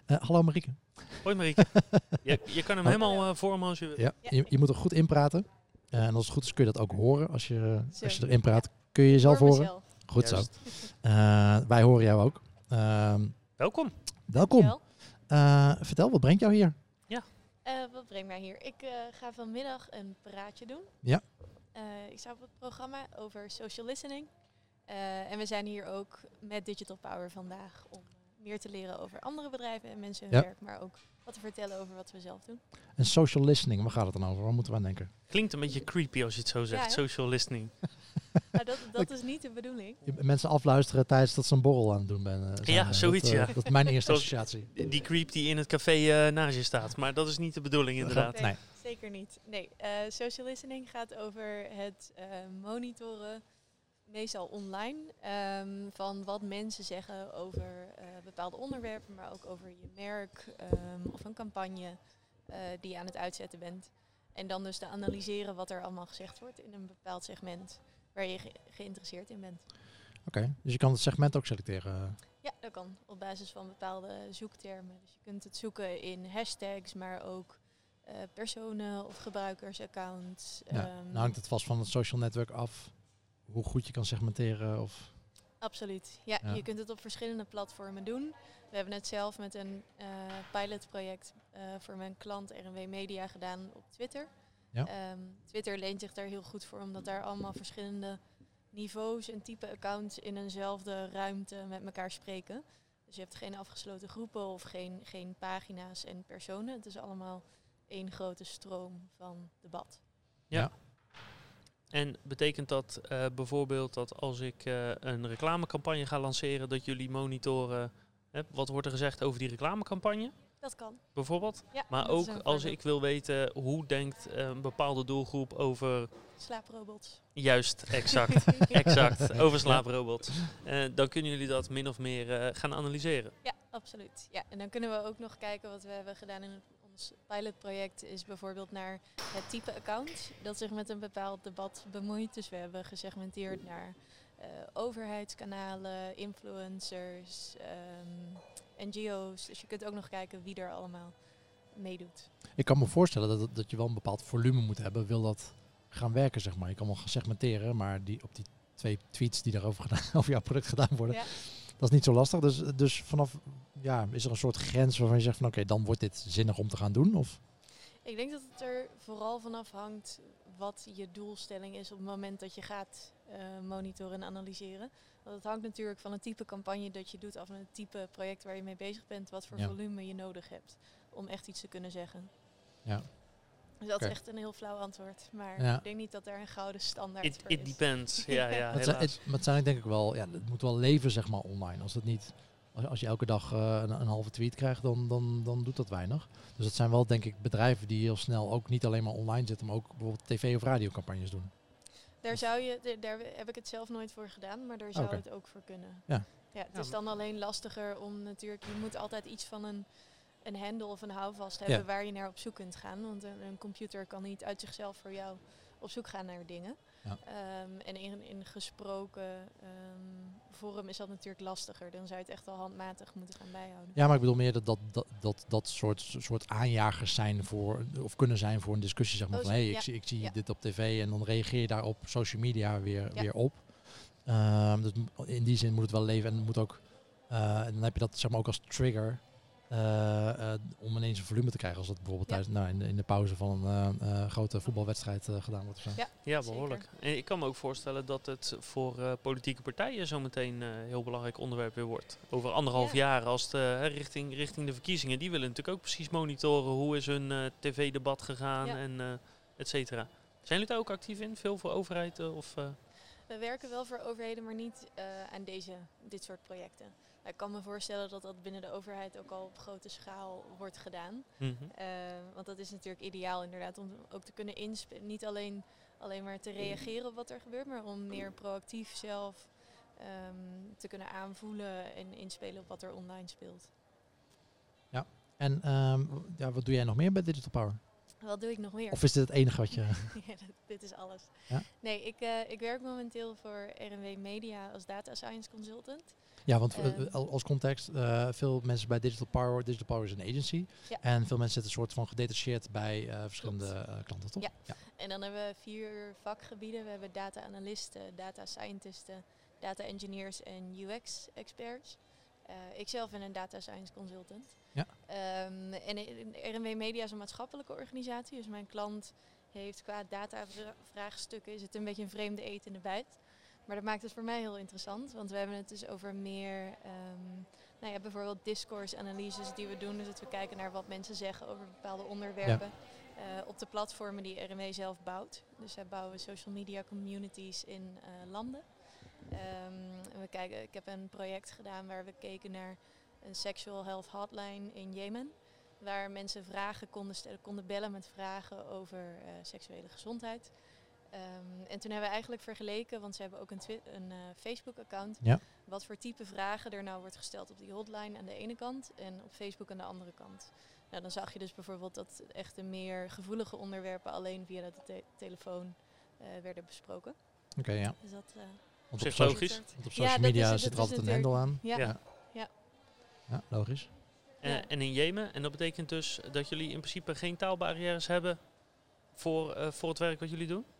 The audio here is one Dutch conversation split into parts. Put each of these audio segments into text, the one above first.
Hallo Marieke. Hoi Marieke. Je kan hem helemaal vormen als je wil. Ja, je moet er goed inpraten. En als het goed is kun je dat ook horen. Als je erin praat, kun je jezelf horen. Mezelf. Goed Juist. zo. Wij horen jou ook. Welkom. Welkom. Vertel, wat brengt jou hier? Wat brengt mij hier? Ik ga vanmiddag een praatje doen. Ja. Ik sta op het programma over social listening. En we zijn hier ook met Digital Power vandaag om meer te leren over andere bedrijven en mensen hun werk, maar ook wat te vertellen over wat we zelf doen. En social listening, waar gaat het dan over? Waar moeten we aan denken? Klinkt een beetje creepy als je het zo zegt, Ja, social listening. Nou, dat is niet de bedoeling. Mensen afluisteren tijdens dat ze een borrel aan het doen zijn. Ja, zoiets, ja. Dat is mijn eerste associatie. Die creep die in het café naast je staat. Maar dat is niet de bedoeling inderdaad. Nee. Zeker niet. Nee, social listening gaat over het monitoren, meestal online, van wat mensen zeggen over bepaalde onderwerpen, maar ook over je merk of een campagne die je aan het uitzetten bent. En dan dus te analyseren wat er allemaal gezegd wordt in een bepaald segment waar je geïnteresseerd in bent. Oké, dus je kan het segment ook selecteren? Ja, dat kan. Op basis van bepaalde zoektermen. Dus je kunt het zoeken in hashtags, maar ook personen of gebruikersaccounts. Nou hangt het vast van het social netwerk af hoe goed je kan segmenteren? Of? Absoluut. Ja, je kunt het op verschillende platformen doen. We hebben het zelf met een pilotproject voor mijn klant RNW Media gedaan op Twitter. Ja. Twitter leent zich daar heel goed voor, omdat daar allemaal verschillende niveaus en type accounts in eenzelfde ruimte met elkaar spreken. Dus je hebt geen afgesloten groepen of geen pagina's en personen. Het is allemaal één grote stroom van debat. Ja. En betekent dat bijvoorbeeld dat als ik een reclamecampagne ga lanceren, dat jullie monitoren, wat wordt er gezegd over die reclamecampagne? Dat kan. Bijvoorbeeld. Ja, maar ook als ik wil weten hoe denkt een bepaalde doelgroep over slaaprobots. Juist, exact. Over slaaprobots. Dan kunnen jullie dat min of meer gaan analyseren. Ja, absoluut. Ja, en dan kunnen we ook nog kijken wat we hebben gedaan in ons pilotproject is bijvoorbeeld naar het type account dat zich met een bepaald debat bemoeit. Dus we hebben gesegmenteerd naar overheidskanalen, influencers, NGO's. Dus je kunt ook nog kijken wie er allemaal meedoet. Ik kan me voorstellen dat je wel een bepaald volume moet hebben. Wil dat gaan werken, zeg maar. Je kan wel gaan segmenteren, maar op die 2 tweets die daarover over jouw product gedaan worden, dat is niet zo lastig. Dus vanaf, is er een soort grens waarvan je zegt van oké, dan wordt dit zinnig om te gaan doen? Of? Ik denk dat het er vooral vanaf hangt wat je doelstelling is op het moment dat je gaat monitoren en analyseren. Want het hangt natuurlijk van het type campagne dat je doet af en het type project waar je mee bezig bent, wat voor volume je nodig hebt om echt iets te kunnen zeggen. Ja. Dus dat is echt een heel flauw antwoord. Maar ik denk niet dat daar een gouden standaard voor is. It depends. Ja, het zijn denk ik wel, het moet wel leven zeg maar online. Als je elke dag een halve tweet krijgt, dan doet dat weinig. Dus het zijn wel denk ik bedrijven die heel snel ook niet alleen maar online zitten, maar ook bijvoorbeeld tv- of radiocampagnes doen. Daar heb ik het zelf nooit voor gedaan, maar daar zou het ook voor kunnen. Ja. Het is dan alleen lastiger om natuurlijk, je moet altijd iets van een hendel of een houvast hebben waar je naar op zoek kunt gaan. Want een computer kan niet uit zichzelf voor jou op zoek gaan naar dingen. Ja. En in gesproken vorm is dat natuurlijk lastiger. Dan zou je het echt wel handmatig moeten gaan bijhouden. Ja, maar ik bedoel meer dat soort aanjagers zijn voor, of kunnen zijn voor een discussie. Zeg maar van ik zie dit op tv en dan reageer je daar op social media weer op. Dus in die zin moet het wel leven en het moet ook, en dan heb je dat zeg maar ook als trigger. Om ineens een volume te krijgen als dat bijvoorbeeld thuis, in de pauze van een grote voetbalwedstrijd gedaan wordt. Of zo. Ja, behoorlijk. En ik kan me ook voorstellen dat het voor politieke partijen zometeen een heel belangrijk onderwerp weer wordt. Over 1,5 jaar als richting de verkiezingen. Die willen natuurlijk ook precies monitoren hoe is hun tv-debat gegaan en et cetera. Zijn jullie daar ook actief in? Veel voor overheid? We werken wel voor overheden, maar niet aan dit soort projecten. Ik kan me voorstellen dat dat binnen de overheid ook al op grote schaal wordt gedaan. Mm-hmm. Want dat is natuurlijk ideaal inderdaad om ook te kunnen inspelen. Niet alleen maar te reageren op wat er gebeurt, maar om meer proactief zelf te kunnen aanvoelen en inspelen op wat er online speelt. Ja, en wat doe jij nog meer bij Digital Power? Wat doe ik nog meer? Of is dit het enige wat je... Ja, dit is alles. Ja? Nee, ik werk momenteel voor RNW Media als data science consultant. Ja, want als context, veel mensen bij Digital Power is een agency. Ja. En veel mensen zitten een soort van gedetacheerd bij verschillende klanten, toch? Ja. En dan hebben we 4 vakgebieden. We hebben data analisten, data scientisten, data engineers en UX experts. Ik zelf ben een data science consultant. Ja. En RNW Media is een maatschappelijke organisatie. Dus mijn klant heeft qua data-vraagstukken is het een beetje een vreemde eet in de bijt. Maar dat maakt het voor mij heel interessant. Want we hebben het dus over meer, bijvoorbeeld discourse-analyses die we doen. Dus dat we kijken naar wat mensen zeggen over bepaalde onderwerpen. Op de platformen die RNW zelf bouwt. Dus zij bouwen social media communities in landen. Ik heb een project gedaan waar we keken naar een sexual health hotline in Jemen. Waar mensen vragen konden bellen met vragen over seksuele gezondheid. En toen hebben we eigenlijk vergeleken, want ze hebben ook een Facebook-account. Ja. Wat voor type vragen er nou wordt gesteld op die hotline aan de ene kant en op Facebook aan de andere kant. Nou, dan zag je dus bijvoorbeeld dat echt de meer gevoelige onderwerpen alleen via de telefoon werden besproken. Oké, ja. Dus dat, op zich logisch. Want op social media zit er altijd een hendel aan. Ja. Ja, logisch. En in Jemen. En dat betekent dus dat jullie in principe geen taalbarrières hebben voor het werk wat jullie doen?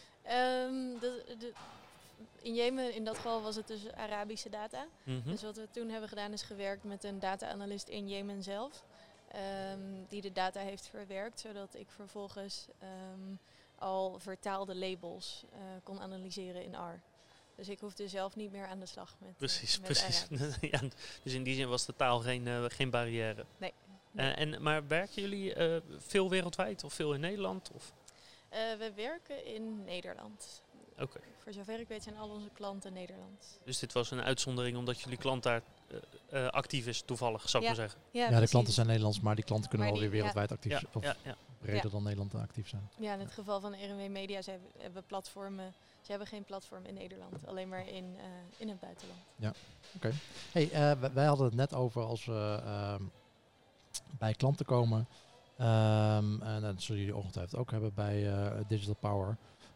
In Jemen, in dat geval, was het dus Arabische data. Mm-hmm. Dus wat we toen hebben gedaan is gewerkt met een data-analyst in Jemen zelf. Die de data heeft verwerkt, zodat ik vervolgens al vertaalde labels kon analyseren in R. Dus ik hoefde zelf niet meer aan de slag met Precies. Ja, dus in die zin was de taal geen barrière. Nee. Maar werken jullie veel wereldwijd of veel in Nederland? Of? We werken in Nederland. Okay. Voor zover ik weet zijn al onze klanten Nederlands. Dus dit was een uitzondering omdat jullie klant daar actief is, toevallig, zou ik maar zeggen. Ja, de klanten zijn Nederlands, maar die klanten kunnen wel weer wereldwijd actief zijn. of breder dan Nederland actief zijn. Ja, in het geval van RNW Media, ze hebben platformen. Ze hebben geen platform in Nederland, alleen maar in het buitenland. Ja, oké. Hey, wij hadden het net over als we bij klanten komen. En dat zullen jullie ongetwijfeld ook hebben bij Digital Power.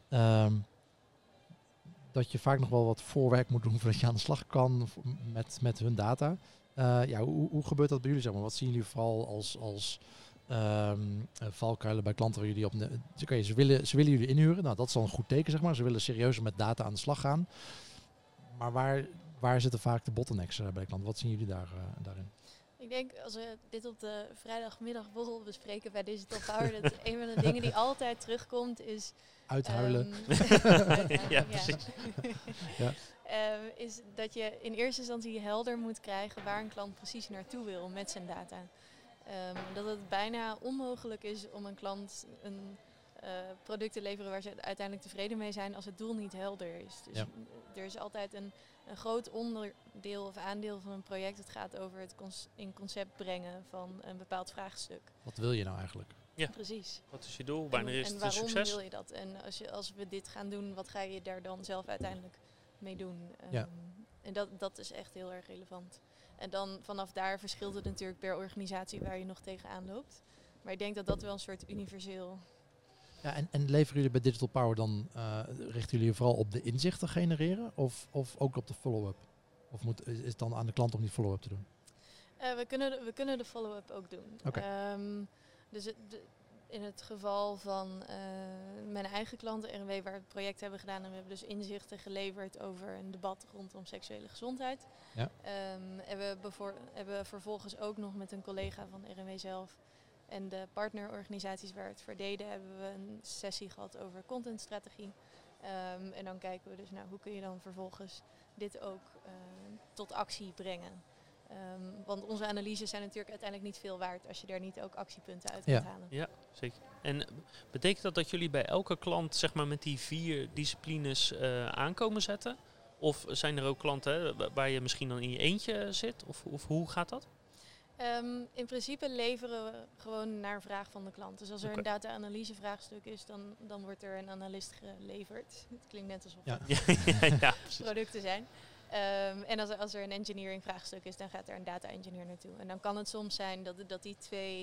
Dat je vaak nog wel wat voorwerk moet doen voordat je aan de slag kan met hun data. Hoe gebeurt dat bij jullie? Zeg maar? Wat zien jullie vooral als valkuilen bij klanten waar jullie op... Ze willen jullie inhuren. Nou, dat is al een goed teken, zeg maar. Ze willen serieuzer met data aan de slag gaan. Maar waar zitten vaak de bottlenecks bij klanten? Wat zien jullie daarin? Ik denk, als we dit op de vrijdagmiddagborrel bespreken bij Digital Power, dat een van de dingen die altijd terugkomt is... Uithuilen. Ja, precies. Is dat je in eerste instantie helder moet krijgen waar een klant precies naartoe wil met zijn data. Dat het bijna onmogelijk is om een klant een product te leveren waar ze uiteindelijk tevreden mee zijn als het doel niet helder is. Dus er is altijd een groot onderdeel of aandeel van een project. Het gaat over het in concept brengen van een bepaald vraagstuk. Wat wil je nou eigenlijk? Ja, precies. Wat is je doel? Wanneer is het een succes? En waarom wil je dat? En als we dit gaan doen, wat ga je daar dan zelf uiteindelijk mee doen? En dat is echt heel erg relevant. En dan vanaf daar verschilt het natuurlijk per organisatie waar je nog tegenaan loopt. Maar ik denk dat dat wel een soort universeel... Ja, en leveren jullie bij Digital Power dan, richten jullie vooral op de inzichten genereren of ook op de follow-up? Of is het dan aan de klant om die follow-up te doen? We kunnen de follow-up ook doen. Okay. Dus in het geval van mijn eigen klanten, RNW, waar we het project hebben gedaan en we hebben dus inzichten geleverd over een debat rondom seksuele gezondheid. Ja. Hebben we vervolgens ook nog met een collega van RNW zelf en de partnerorganisaties waar we het voor deden, hebben we een sessie gehad over contentstrategie. En dan kijken we dus naar hoe kun je dan vervolgens dit ook tot actie brengen. Want onze analyses zijn natuurlijk uiteindelijk niet veel waard als je daar niet ook actiepunten uit kunt halen. Ja, zeker. En betekent dat jullie bij elke klant zeg maar met die 4 disciplines aankomen zetten? Of zijn er ook klanten waar je misschien dan in je eentje zit? Of hoe gaat dat? In principe leveren we gewoon naar vraag van de klant. Dus als er een data-analyse vraagstuk is, dan wordt er een analist geleverd. Het klinkt net alsof het producten zijn. En als er een engineering vraagstuk is, dan gaat er een data engineer naartoe. En dan kan het soms zijn dat die 2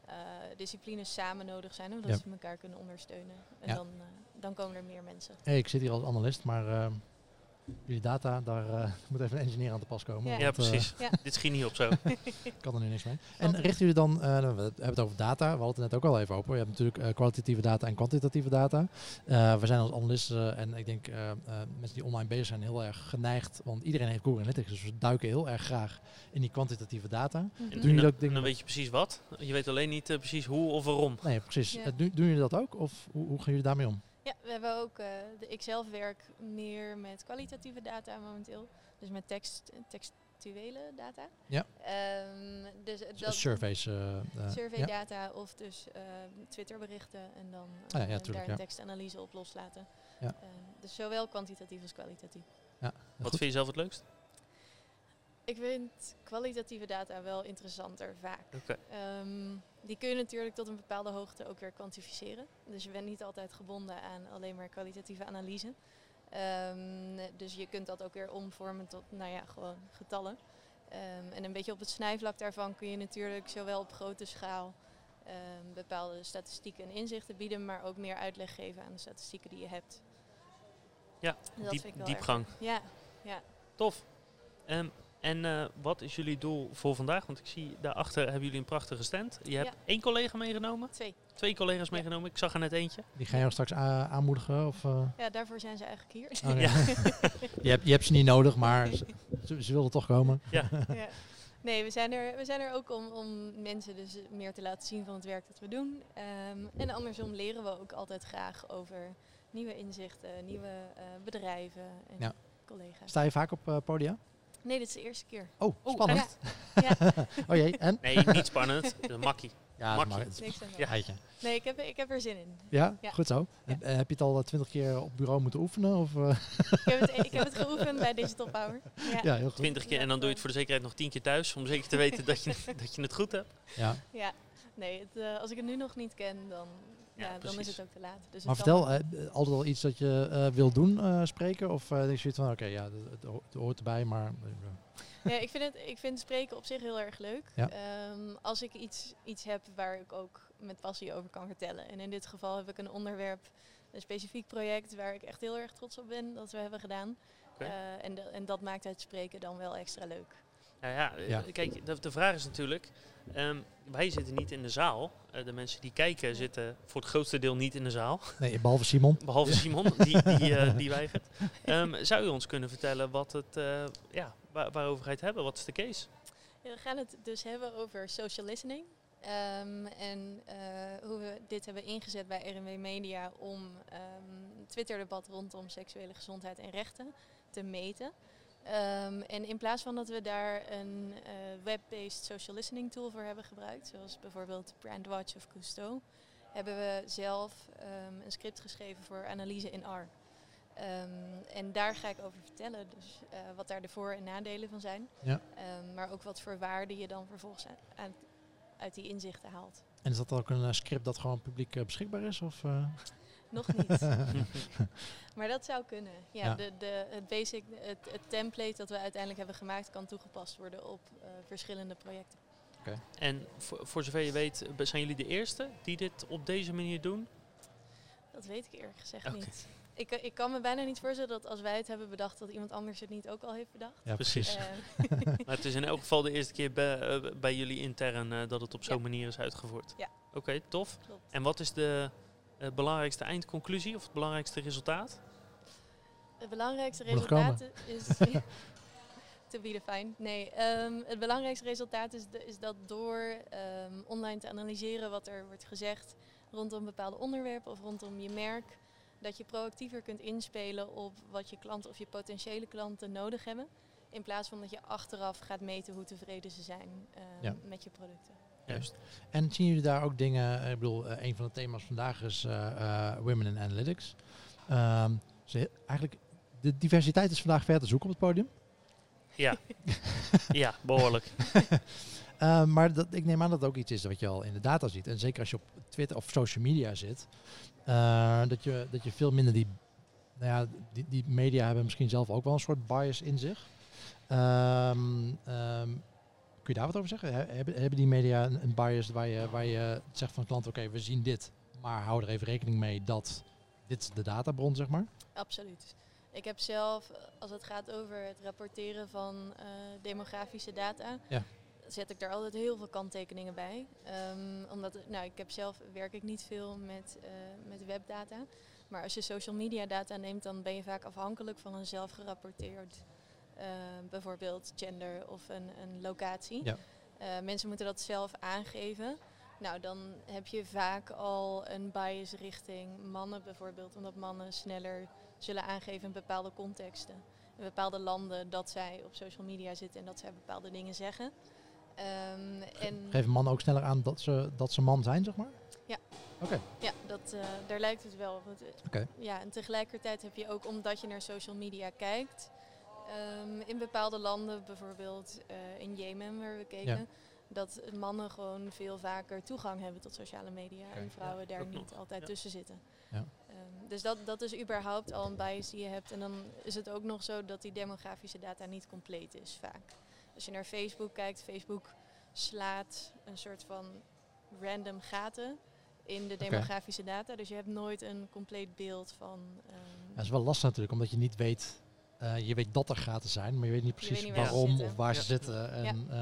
disciplines samen nodig zijn, omdat ze elkaar kunnen ondersteunen. En dan komen er meer mensen. Hey, ik zit hier als analist, maar jullie data, daar moet even een engineer aan te pas komen. Ja, precies. Dit schiet niet op zo. Kan er nu niks mee. En richten jullie dan, we hebben het over data, we hadden het er net ook al even over. Je hebt natuurlijk kwalitatieve data en kwantitatieve data. We zijn als analisten en ik denk mensen die online bezig zijn heel erg geneigd, want iedereen heeft Google Analytics, dus we duiken heel erg graag in die kwantitatieve data. Doen jullie ook dingen? Dan weet je precies wat. Je weet alleen niet precies hoe of waarom. Nee, precies. Ja. Doen jullie dat ook of hoe gaan jullie daarmee om? Ja, we hebben ook, ik zelf werk meer met kwalitatieve data momenteel. Dus met textuele data. Ja. Dus surveys. Survey data of dus Twitterberichten en dan daar een tekstanalyse op loslaten. Ja. Dus zowel kwantitatief als kwalitatief. Ja, wat vind je zelf het leukst? Ik vind kwalitatieve data wel interessanter vaak. Okay. Die kun je natuurlijk tot een bepaalde hoogte ook weer kwantificeren. Dus je bent niet altijd gebonden aan alleen maar kwalitatieve analyse. Dus je kunt dat ook weer omvormen tot gewoon getallen. En een beetje op het snijvlak daarvan kun je natuurlijk zowel op grote schaal bepaalde statistieken en inzichten bieden, maar ook meer uitleg geven aan de statistieken die je hebt. Ja, diepgang. Ja. Tof. En wat is jullie doel voor vandaag? Want ik zie daarachter hebben jullie een prachtige stand. Je hebt 1 collega meegenomen? 2 collega's meegenomen. Ik zag er net eentje. Die ga je straks aanmoedigen? Of, Ja, daarvoor zijn ze eigenlijk hier. Oh, ja. je hebt ze niet nodig, maar ze wilden toch komen. Ja. Nee, we zijn er ook om mensen dus meer te laten zien van het werk dat we doen. En andersom leren we ook altijd graag over nieuwe inzichten, nieuwe bedrijven en collega's. Sta je vaak op podia? Nee, dit is de eerste keer. Oh, spannend. Ja. Oh jee, en? Nee, niet spannend. Dat is makkie. Ja, Nee, ik heb er zin in. Ja, goed zo. Ja. Heb je het al 20 keer op bureau moeten oefenen? Of, ik heb het geoefend bij Digital Power. Ja, heel goed. 20 keer en dan doe je het voor de zekerheid nog 10 keer thuis. Om zeker te weten dat je het goed hebt. Ja. Nee, als ik het nu nog niet ken, dan is het ook te laat. Dus maar vertel, altijd al iets dat je wil doen, spreken? Of denk je zoiets van, het hoort erbij, maar... Ja, ik vind spreken op zich heel erg leuk. Ja. Als ik iets heb waar ik ook met passie over kan vertellen. En in dit geval heb ik een onderwerp, een specifiek project waar ik echt heel erg trots op ben dat we hebben gedaan. Okay. En dat maakt het spreken dan wel extra leuk. Kijk, de vraag is natuurlijk, wij zitten niet in de zaal. De mensen die kijken zitten voor het grootste deel niet in de zaal. Nee, behalve Simon. Behalve Simon, die weigert. Zou je ons kunnen vertellen wat waarover ga je het hebben? Wat is de case? Ja, we gaan het dus hebben over social listening. En hoe we dit hebben ingezet bij RNW Media om Twitter-debat rondom seksuele gezondheid en rechten te meten. En in plaats van dat we daar een web-based social listening tool voor hebben gebruikt, zoals bijvoorbeeld Brandwatch of Cousteau, hebben we zelf een script geschreven voor analyse in R. En daar ga ik over vertellen, dus wat daar de voor- en nadelen van zijn. Ja. Maar ook wat voor waarde je dan vervolgens uit die inzichten haalt. En is dat ook een script dat gewoon publiek beschikbaar is? Of, Nog niet. Maar dat zou kunnen. Ja. Het template dat we uiteindelijk hebben gemaakt kan toegepast worden op verschillende projecten. Okay. En voor zover je weet, zijn jullie de eerste die dit op deze manier doen? Dat weet ik eerlijk gezegd niet. Ik kan me bijna niet voorstellen dat als wij het hebben bedacht, dat iemand anders het niet ook al heeft bedacht. Ja, precies. Maar het is in elk geval de eerste keer bij jullie intern dat het op zo'n manier is uitgevoerd. Ja. Oké, tof. Klopt. En wat is de belangrijkste eindconclusie of het belangrijkste resultaat? Het belangrijkste resultaat is... to be defined. Nee, het belangrijkste resultaat is dat door online te analyseren wat er wordt gezegd rondom bepaalde onderwerpen of rondom je merk, dat je proactiever kunt inspelen op wat je klanten of je potentiële klanten nodig hebben. In plaats van dat je achteraf gaat meten hoe tevreden ze zijn met je producten. Juist. En zien jullie daar ook dingen, ik bedoel, een van de thema's vandaag is Women in Analytics. Eigenlijk, de diversiteit is vandaag ver te zoeken op het podium. Ja, ja, behoorlijk. Maar ik neem aan dat het ook iets is wat je al in de data ziet. En zeker als je op Twitter of social media zit, dat je veel minder die media hebben misschien zelf ook wel een soort bias in zich. Kun je daar wat over zeggen? Hebben die media een bias waar je zegt van klanten, oké, we zien dit, maar hou er even rekening mee dat dit is de databron, zeg maar? Absoluut. Ik heb zelf, als het gaat over het rapporteren van demografische data, zet ik daar altijd heel veel kanttekeningen bij. Omdat, ik heb zelf, werk ik niet veel met webdata. Maar als je social media data neemt, dan ben je vaak afhankelijk van een zelf gerapporteerd, bijvoorbeeld gender of een locatie. Ja. Mensen moeten dat zelf aangeven. Nou, dan heb je vaak al een bias richting mannen bijvoorbeeld, omdat mannen sneller zullen aangeven in bepaalde contexten. In bepaalde landen dat zij op social media zitten en dat zij bepaalde dingen zeggen. Geven mannen ook sneller aan dat ze man zijn, zeg maar? Ja. Oké. Ja, daar lijkt het wel. Okay. Ja, en tegelijkertijd heb je ook, omdat je naar social media kijkt, in bepaalde landen, bijvoorbeeld in Jemen waar we keken, dat mannen gewoon veel vaker toegang hebben tot sociale media en vrouwen daar niet altijd tussen zitten. Ja. Dus dat is überhaupt al een bias die je hebt. En dan is het ook nog zo dat die demografische data niet compleet is vaak. Als je naar Facebook kijkt, Facebook slaat een soort van random gaten in de demografische data. Dus je hebt nooit een compleet beeld van... dat is wel lastig natuurlijk, omdat je niet weet... je weet dat er gaten zijn, maar je weet niet precies waarom of waar ze zitten.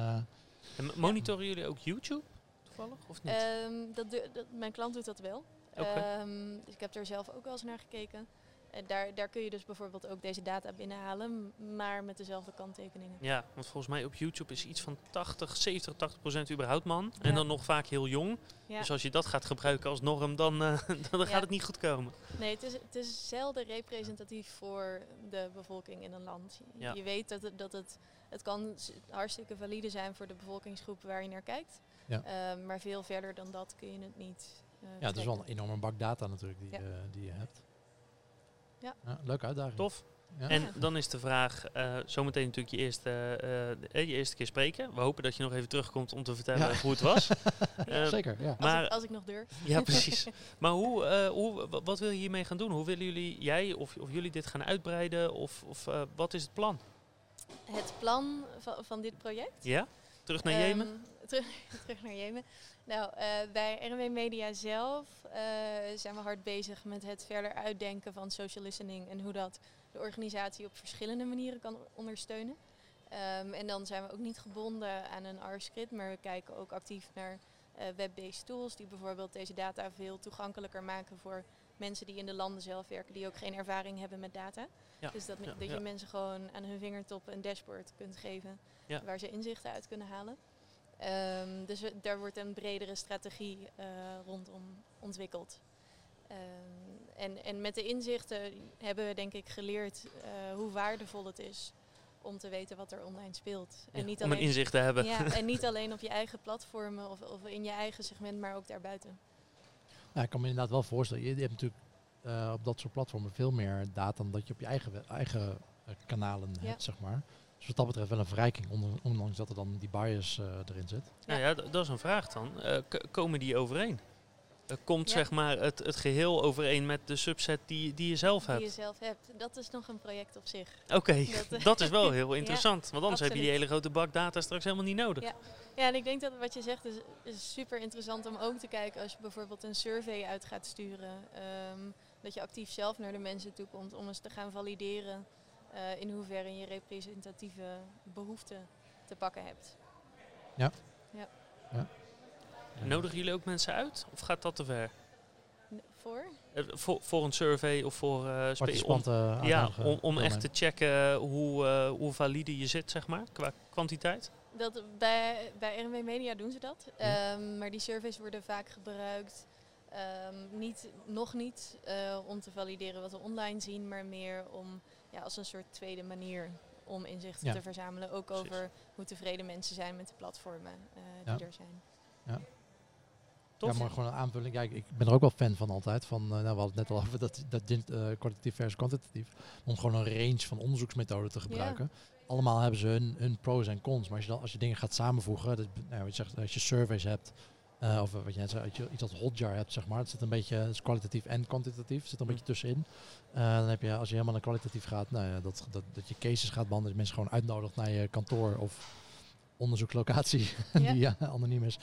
En monitoren jullie ook YouTube toevallig, of niet? Mijn klant doet dat wel. Dus ik heb er zelf ook wel eens naar gekeken. Daar kun je dus bijvoorbeeld ook deze data binnenhalen, maar met dezelfde kanttekeningen. Ja, want volgens mij op YouTube is iets van 80% überhaupt man. En dan nog vaak heel jong. Ja. Dus als je dat gaat gebruiken als norm, dan gaat het niet goed komen. Nee, het is zelden representatief voor de bevolking in een land. Je weet dat het kan hartstikke valide zijn voor de bevolkingsgroep waar je naar kijkt. Ja. Maar veel verder dan dat kun je het niet het is wel een enorme bak data natuurlijk die je hebt. Ja. Leuke uitdaging. Tof. Ja. En dan is de vraag, zometeen natuurlijk je eerste keer spreken. We hopen dat je nog even terugkomt om te vertellen hoe het was. Zeker, ja. Maar, als ik nog durf. Ja, precies. Maar wat wil je hiermee gaan doen? Hoe willen jij of jullie dit gaan uitbreiden? Of wat is het plan? Het plan van dit project? Ja, terug naar Jemen? Terug naar Jemen. Nou, bij RNW Media zelf zijn we hard bezig met het verder uitdenken van social listening en hoe dat de organisatie op verschillende manieren kan ondersteunen. En dan zijn we ook niet gebonden aan een R-script, maar we kijken ook actief naar web-based tools die bijvoorbeeld deze data veel toegankelijker maken voor mensen die in de landen zelf werken, die ook geen ervaring hebben met data. Ja. Dus dat je mensen gewoon aan hun vingertoppen een dashboard kunt geven waar ze inzichten uit kunnen halen. Dus daar wordt een bredere strategie rondom ontwikkeld. En met de inzichten hebben we denk ik geleerd hoe waardevol het is om te weten wat er online speelt. En niet om een inzicht te hebben. Ja, en niet alleen op je eigen platformen of in je eigen segment, maar ook daarbuiten. Ja, ik kan me inderdaad wel voorstellen. Je hebt natuurlijk op dat soort platformen veel meer data dan dat je op je eigen kanalen hebt, zeg maar. Dus wat dat betreft wel een verrijking, ondanks dat er dan die bias erin zit. Ja, dat is een vraag dan. Komen die overeen? Komt zeg maar het geheel overeen met de subset die je zelf hebt? Die je zelf hebt. Dat is nog een project op zich. Oké, dat is wel heel interessant. Want anders heb je die hele grote bak data straks helemaal niet nodig. Ja, en ik denk dat wat je zegt is super interessant om ook te kijken als je bijvoorbeeld een survey uit gaat sturen. Dat je actief zelf naar de mensen toe komt om eens te gaan valideren in hoeverre je representatieve behoeften te pakken hebt. Ja. Nodigen jullie ook mensen uit? Of gaat dat te ver? Voor? Voor een survey of voor om echt te checken hoe valide je zit, zeg maar, qua kwantiteit? Bij RNW Media doen ze dat. Maar die surveys worden vaak gebruikt nog niet om te valideren wat we online zien, maar meer om als een soort tweede manier om inzichten te verzamelen. Ook over hoe tevreden mensen zijn met de platformen die er zijn. Ja. Tof. Ja, maar gewoon een aanvulling. Ja, ik ben er ook wel fan van altijd. We hadden het net al over dat kwalitatief versus kwantitatief. Om gewoon een range van onderzoeksmethoden te gebruiken. Allemaal hebben ze hun pros en cons. Maar als je dingen gaat samenvoegen, wat je zegt, als je surveys hebt, of wat je net zei, als je iets als Hotjar hebt, zeg maar. Het zit een beetje, het is kwalitatief en kwantitatief. Het zit een beetje tussenin. Dan heb je, als je helemaal naar kwalitatief gaat, dat je cases gaat behandelen, dat je mensen gewoon uitnodigt naar je kantoor of onderzoekslocatie die anoniem is.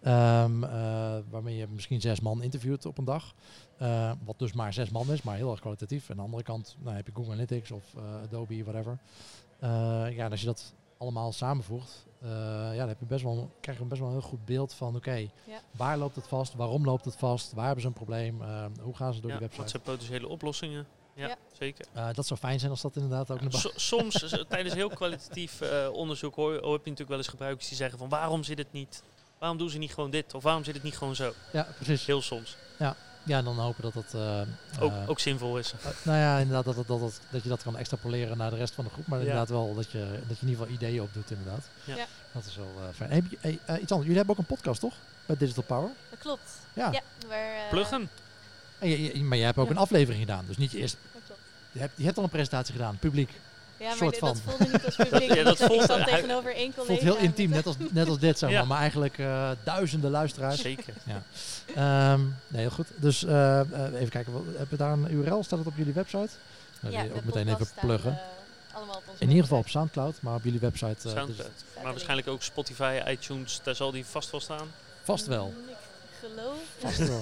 Waarmee je misschien 6 man interviewt op een dag. Wat dus maar 6 man is, maar heel erg kwalitatief. En aan de andere kant heb je Google Analytics of Adobe, whatever. En als je dat allemaal samenvoegt, dan heb je krijg je best wel een heel goed beeld van waar loopt het vast, waarom loopt het vast, waar hebben ze een probleem, hoe gaan ze door de website. Wat zijn potentiële oplossingen? Ja, zeker. Dat zou fijn zijn als dat inderdaad ook soms tijdens heel kwalitatief onderzoek heb je natuurlijk wel eens gebruikers die zeggen van waarom zit het niet, waarom doen ze niet gewoon dit of waarom zit het niet gewoon zo. Ja, precies. Heel soms. Ja, en dan hopen dat het ook zinvol is. Inderdaad dat je dat kan extrapoleren naar de rest van de groep, maar inderdaad wel dat je in ieder geval ideeën opdoet inderdaad. Ja. Dat is wel fijn. Iets anders. Jullie hebben ook een podcast, toch? Bij Digital Power. Dat klopt. Ja. Pluggen. Maar jij hebt ook een aflevering gedaan, dus niet je eerst. Dat klopt. Je hebt al een presentatie gedaan, publiek. Ja, maar dat voelde niet als publiek. Dat ik zat tegenover één collega. Voelt heel intiem, net als dit, zeg maar. Ja. Maar eigenlijk duizenden luisteraars. Zeker. Ja. Nee, heel goed. Dus even kijken, heb je daar een URL? Staat het op jullie website? Ook meteen even pluggen. Allemaal op onze in ieder geval op Soundcloud, maar op jullie website. Soundcloud. Maar waarschijnlijk ook Spotify, iTunes, daar zal die vast wel staan. Vast wel. Ik geloof. Vast wel.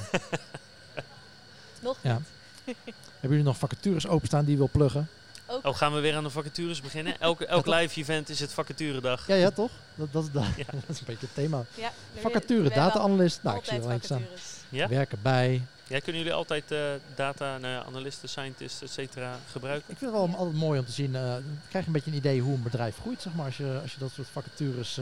Nog niet. Hebben jullie nog vacatures openstaan die je wil pluggen? Ook. Gaan we weer aan de vacatures beginnen? Elk live event is het vacaturedag. Ja, toch? Dat is een beetje het thema. Ja, vacature, data-analyst. Nou, ik zie er wel staan. Ja? Werken bij. Ja, kunnen jullie altijd data-analysten, scientists, et cetera gebruiken? Ik vind het wel altijd mooi om te zien. Krijg je een beetje een idee hoe een bedrijf groeit, zeg maar, als je dat soort vacatures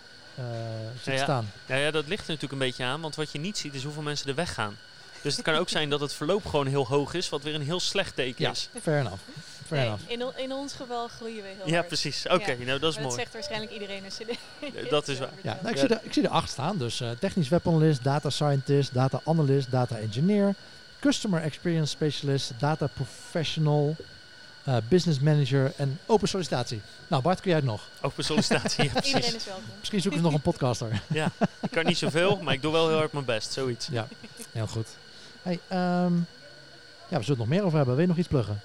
ziet staan. Ja, dat ligt er natuurlijk een beetje aan, want wat je niet ziet is hoeveel mensen er weggaan. Dus het kan ook zijn dat het verloop gewoon heel hoog is, wat weer een heel slecht teken is. Fair enough. In ons geval groeien we heel hard. Ja, precies. Oké, dat is maar mooi. Dat zegt waarschijnlijk iedereen als je dat is waar. Ja, ik zie er 8 staan. Dus technisch webanalist, data scientist, data analyst, data engineer, customer experience specialist, data professional, business manager en open sollicitatie. Nou, Bart, kun jij het nog? Open sollicitatie, ja, precies. Iedereen is welkom. Misschien zoeken we nog een podcaster. Ja, ik kan niet zoveel, maar ik doe wel heel hard mijn best, zoiets. Ja, heel goed. Hey, we zullen het nog meer over hebben. Wil je nog iets pluggen?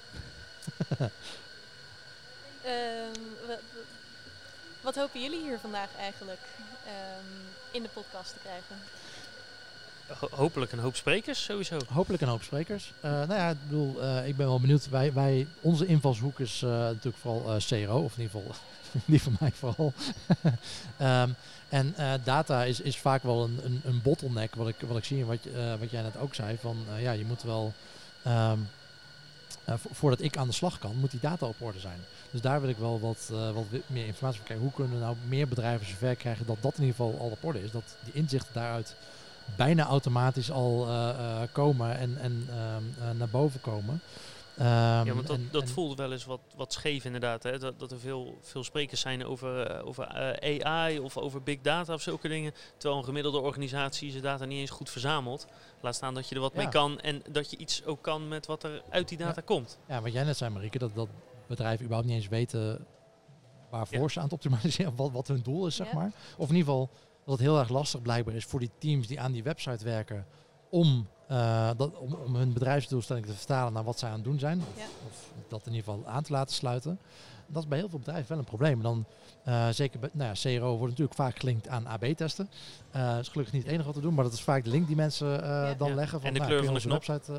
Wat hopen jullie hier vandaag eigenlijk in de podcast te krijgen? Hopelijk een hoop sprekers, sowieso. Hopelijk een hoop sprekers. Ik ben wel benieuwd. Onze invalshoek is natuurlijk vooral CRO, of in ieder geval die van mij vooral. Data is vaak wel een bottleneck, wat ik zie en wat jij net ook zei. Van je moet wel, voordat ik aan de slag kan, moet die data op orde zijn. Dus daar wil ik wel wat meer informatie van krijgen. Hoe kunnen we nou meer bedrijven zover krijgen dat in ieder geval al op orde is? Dat die inzichten daaruit bijna automatisch al komen en naar boven komen. Want dat voelde wel eens wat scheef inderdaad. Hè? Dat er veel sprekers zijn over AI of over big data of zulke dingen. Terwijl een gemiddelde organisatie zijn data niet eens goed verzamelt. Laat staan dat je er wat mee kan en dat je iets ook kan met wat er uit die data komt. Ja, wat jij net zei, Marieke, dat bedrijven überhaupt niet eens weten waarvoor ze aan het optimaliseren, wat hun doel is, zeg maar. Of in ieder geval dat het heel erg lastig blijkbaar is voor die teams die aan die website werken om hun bedrijfsdoelstellingen te vertalen naar wat zij aan het doen zijn. Of dat in ieder geval aan te laten sluiten. Dat is bij heel veel bedrijven wel een probleem. En dan zeker bij CRO wordt natuurlijk vaak gelinkt aan AB-testen. Dat is gelukkig niet het enige wat we doen, maar dat is vaak de link die mensen dan leggen. Van, en de kleur van de knop. Website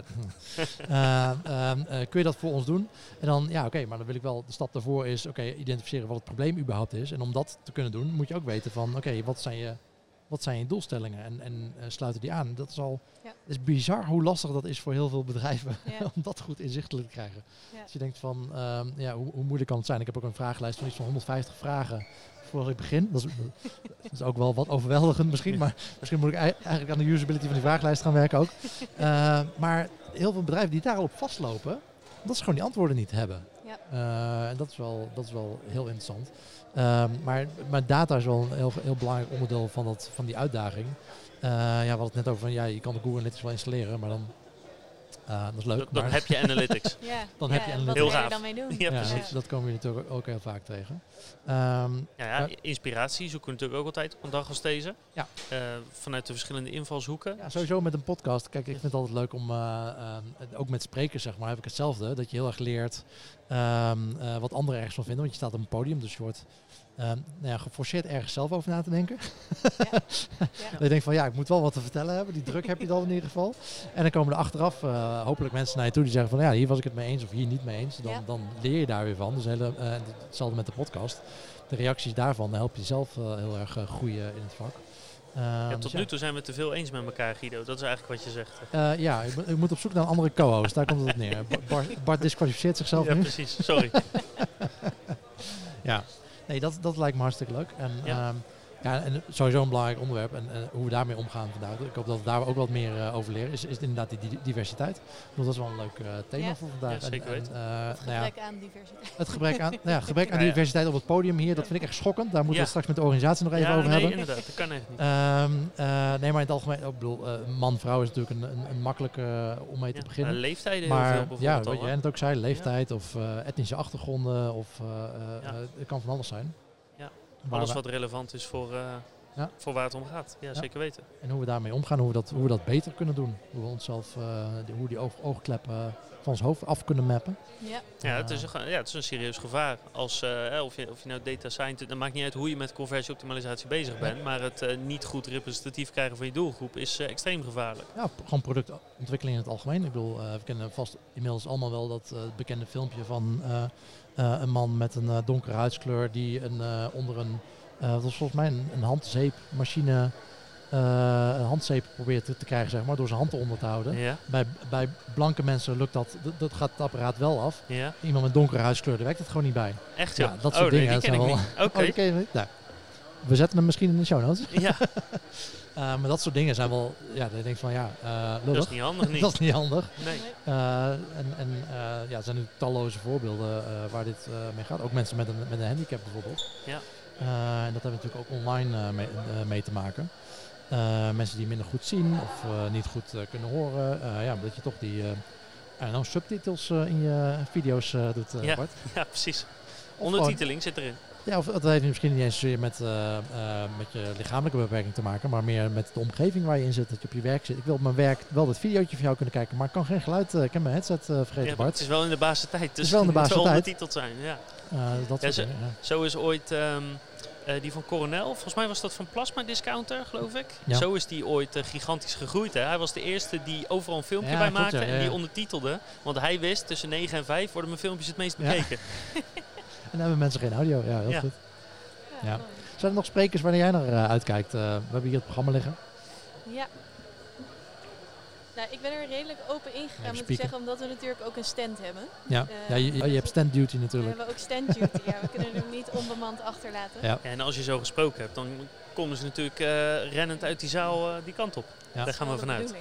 kun je dat voor ons doen? En dan, maar dan wil ik wel, de stap daarvoor is, identificeren wat het probleem überhaupt is. En om dat te kunnen doen, moet je ook weten van, wat zijn je doelstellingen en sluiten die aan? Dat is al is bizar hoe lastig dat is voor heel veel bedrijven om dat goed inzichtelijk te krijgen. Ja. Dus je denkt van, hoe moeilijk kan het zijn? Ik heb ook een vragenlijst van iets van 150 vragen voordat ik begin. Dat is ook wel wat overweldigend misschien, maar misschien moet ik eigenlijk aan de usability van die vragenlijst gaan werken ook. Maar heel veel bedrijven die daar al op vastlopen, dat ze gewoon die antwoorden niet hebben. Ja. En dat is wel heel interessant. Maar data is wel een heel belangrijk onderdeel van die uitdaging. We hadden het net over van je kan de Google Analytics wel installeren, maar dan dat is leuk. Dan heb je analytics. Dan heb je analytics. Heel gaaf. Dan mee doen? Ja, precies. Dat komen we natuurlijk ook heel vaak tegen. Inspiratie zoeken we natuurlijk ook altijd op een dag als deze. Ja. Vanuit de verschillende invalshoeken. Ja, sowieso met een podcast. Kijk, ik vind het altijd leuk om, ook met sprekers zeg maar, heb ik hetzelfde. Dat je heel erg leert wat anderen ergens van vinden. Want je staat op een podium, dus je wordt geforceerd ergens zelf over na te denken. Ja. Dat je denkt van ik moet wel wat te vertellen hebben. Die druk heb je dan in ieder geval. En dan komen er achteraf hopelijk mensen naar je toe die zeggen van hier was ik het mee eens of hier niet mee eens. Dan leer je daar weer van. Dus hetzelfde met de podcast. De reacties daarvan help je zelf heel erg groeien in het vak. Tot nu toe zijn we het te veel eens met elkaar, Guido. Dat is eigenlijk wat je zegt. Ik moet op zoek naar een andere co-host. Daar komt het op neer. Bart disqualificeert zichzelf nu. Ja, precies. Sorry. Nee, dat lijkt me hartstikke leuk. En sowieso een belangrijk onderwerp. En hoe we daarmee omgaan vandaag. Ik hoop dat we daar ook wat meer over leren. Is inderdaad die diversiteit. Dat is wel een leuk thema voor vandaag. Ja, zeker weten. Gebrek aan diversiteit. Het gebrek aan diversiteit op het podium hier. Dat vind ik echt schokkend. Daar moeten we het straks met de organisatie nog even over hebben. Inderdaad. Dat kan echt niet. Maar in het algemeen. Ik bedoel, man-vrouw is natuurlijk een makkelijke om mee te beginnen. Leeftijden maar heel veel bijvoorbeeld wat jij net ook zei. Leeftijd of etnische achtergronden. Of het kan van alles zijn. Alles wat relevant is voor waar het om gaat. Ja, zeker weten. En hoe we daarmee omgaan, hoe we dat beter kunnen doen. Hoe we onszelf, hoe die oogkleppen van ons hoofd af kunnen mappen. Het is een serieus gevaar. Als, of je nou data scientist, dat maakt niet uit hoe je met conversieoptimalisatie bezig bent. Maar het niet goed representatief krijgen van je doelgroep is extreem gevaarlijk. Ja, gewoon productontwikkeling in het algemeen. Ik bedoel, we kennen vast inmiddels allemaal wel dat bekende filmpje van een man met een donkere huidskleur die onder een... dat was volgens mij een handzeepmachine, een handzeep probeert te krijgen, zeg maar, door zijn hand eronder te houden. Ja. Bij blanke mensen lukt dat gaat het apparaat wel af. Ja. Iemand met donkere huidskleur, daar werkt het gewoon niet bij. Echt ja? Dat soort dingen. Die ken ik niet. Oké. Die ken je niet? Nou, we zetten hem misschien in de show notes. Ja. Maar dat soort dingen zijn wel, dat je denkt van lullig. Dat is niet handig niet. Dat is niet handig. Nee. Er zijn nu talloze voorbeelden waar dit mee gaat. Ook mensen met een handicap bijvoorbeeld. Ja. En dat hebben we natuurlijk ook online mee te maken. Mensen die minder goed zien of niet goed kunnen horen. Dat je toch die subtitels in je video's doet, Bart. Ja, precies. Ondertiteling zit erin. Ja, of dat heeft misschien niet eens zozeer met je lichamelijke beperking te maken, maar meer met de omgeving waar je in zit, dat je op je werk zit. Ik wil op mijn werk wel dat videootje van jou kunnen kijken, maar ik kan geen geluid, ik heb mijn headset vergeten, Bart. Het is wel in de basis tijd, dus het is wel in de basis tijd. ondertiteld zijn. Ja. Zo is ooit die van Coronel, volgens mij was dat van Plasma Discounter, geloof ik. Ja. Zo is die ooit gigantisch gegroeid. Hè. Hij was de eerste die overal een filmpje bij maakte en die ondertitelde. Want hij wist, tussen 9 en 5 worden mijn filmpjes het meest bekeken. En dan hebben mensen geen audio. Ja, heel goed. Ja. Zijn er nog sprekers waar jij naar uitkijkt? We hebben hier het programma liggen. Ja. Nou, ik ben er redelijk open ingegaan, moet ik zeggen, omdat we natuurlijk ook een stand hebben. Ja, je hebt stand duty natuurlijk. We hebben ook stand duty, we kunnen hem niet onbemand achterlaten. Ja. En als je zo gesproken hebt, dan komen ze natuurlijk rennend uit die zaal die kant op. Ja. Daar gaan we vanuit.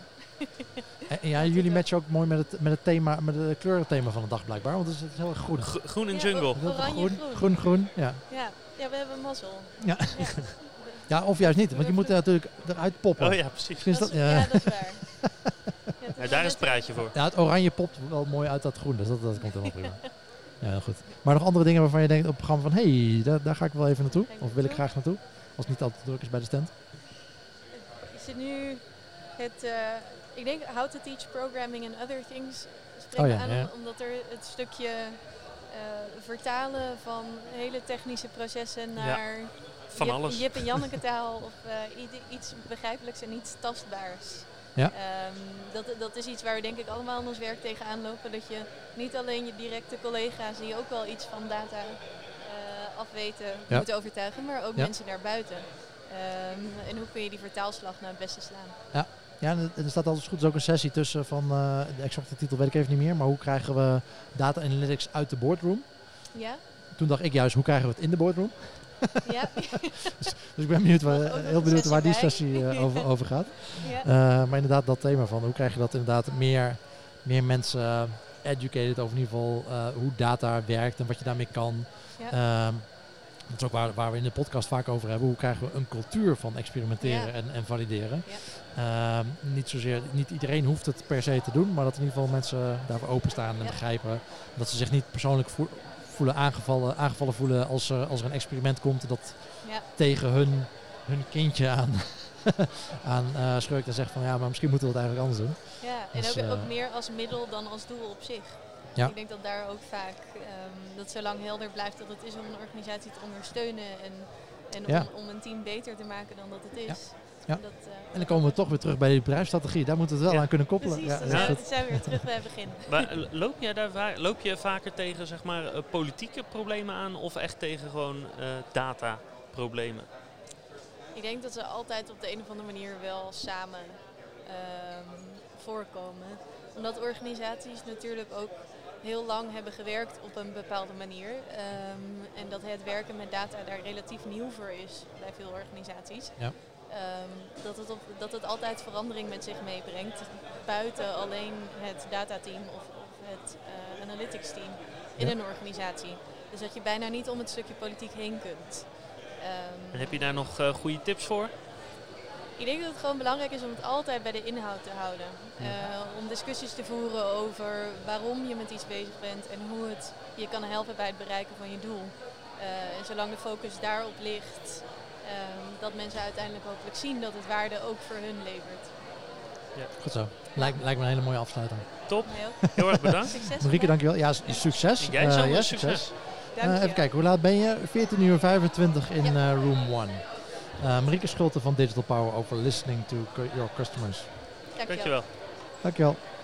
En jullie matchen ook mooi met het thema, met het kleurenthema van de dag blijkbaar, want het is heel erg groen. Groen en jungle. Groen. Ja, we hebben mazzel. Ja. Ja, of juist niet, want je moet natuurlijk eruit poppen. Oh ja, precies. Dat is waar. Daar is het praatje voor. Ja, het oranje popt wel mooi uit dat groen, dus dat komt helemaal prima. Ja, heel goed. Maar nog andere dingen waarvan je denkt op het programma van, daar ga ik wel even naartoe, of wil ik graag naartoe, als het niet altijd druk is bij de stand? Is het nu ik denk How to Teach Programming and Other Things spreekt aan, omdat er het stukje vertalen van hele technische processen naar van alles. Jip en Janneke taal of iets begrijpelijks en iets tastbaars. Ja. Dat is iets waar we denk ik allemaal in ons werk tegenaan lopen. Dat je niet alleen je directe collega's die ook wel iets van data afweten moet overtuigen, maar ook mensen daarbuiten. En hoe kun je die vertaalslag nou het beste slaan? Ja, en er staat altijd goed ook een sessie tussen van, de exacte titel weet ik even niet meer, maar hoe krijgen we data analytics uit de boardroom? Ja. Toen dacht ik juist, hoe krijgen we het in de boardroom? Ja. dus ik ben heel benieuwd waar die sessie over gaat. Ja. Maar inderdaad dat thema van hoe krijg je dat inderdaad meer mensen educated over in ieder geval hoe data werkt en wat je daarmee kan. Ja. Dat is ook waar we in de podcast vaak over hebben. Hoe krijgen we een cultuur van experimenteren en valideren. Ja. Niet iedereen hoeft het per se te doen, maar dat in ieder geval mensen daarvoor openstaan en begrijpen. Dat ze zich niet persoonlijk voelen aangevallen voelen als er een experiment komt dat tegen hun kindje aan schurkt en zegt van maar misschien moeten we het eigenlijk anders doen. Ja, en ook meer als middel dan als doel op zich. Ja. Ik denk dat daar ook vaak, dat zolang helder blijft dat het is om een organisatie te ondersteunen en om een team beter te maken dan dat het is. Ja. En dan komen we toch weer terug bij die bedrijfsstrategie. Daar moeten we het wel aan kunnen koppelen. Precies, dan zijn we weer terug bij het begin. Maar loop je vaker tegen zeg maar, politieke problemen aan of echt tegen gewoon dataproblemen? Ik denk dat ze altijd op de een of andere manier wel samen voorkomen. Omdat organisaties natuurlijk ook heel lang hebben gewerkt op een bepaalde manier. En dat het werken met data daar relatief nieuw voor is bij veel organisaties. Ja. Dat het altijd verandering met zich meebrengt. Buiten alleen het datateam of het analytics team in een organisatie. Dus dat je bijna niet om het stukje politiek heen kunt. En heb je daar nog goede tips voor? Ik denk dat het gewoon belangrijk is om het altijd bij de inhoud te houden. Om discussies te voeren over waarom je met iets bezig bent en hoe het je kan helpen bij het bereiken van je doel. En zolang de focus daarop ligt, dat mensen uiteindelijk hopelijk zien dat het waarde ook voor hun levert. Ja. Goed zo. Lijkt me een hele mooie afsluiting. Top. Heel erg bedankt. Succes. Marieke, dankjewel. Ja, succes. Jij zelf succes. Even kijken, hoe laat ben je? 14:25 in room 1. Marieke Schulte van Digital Power over listening to your customers. Dankjewel. Dankjewel.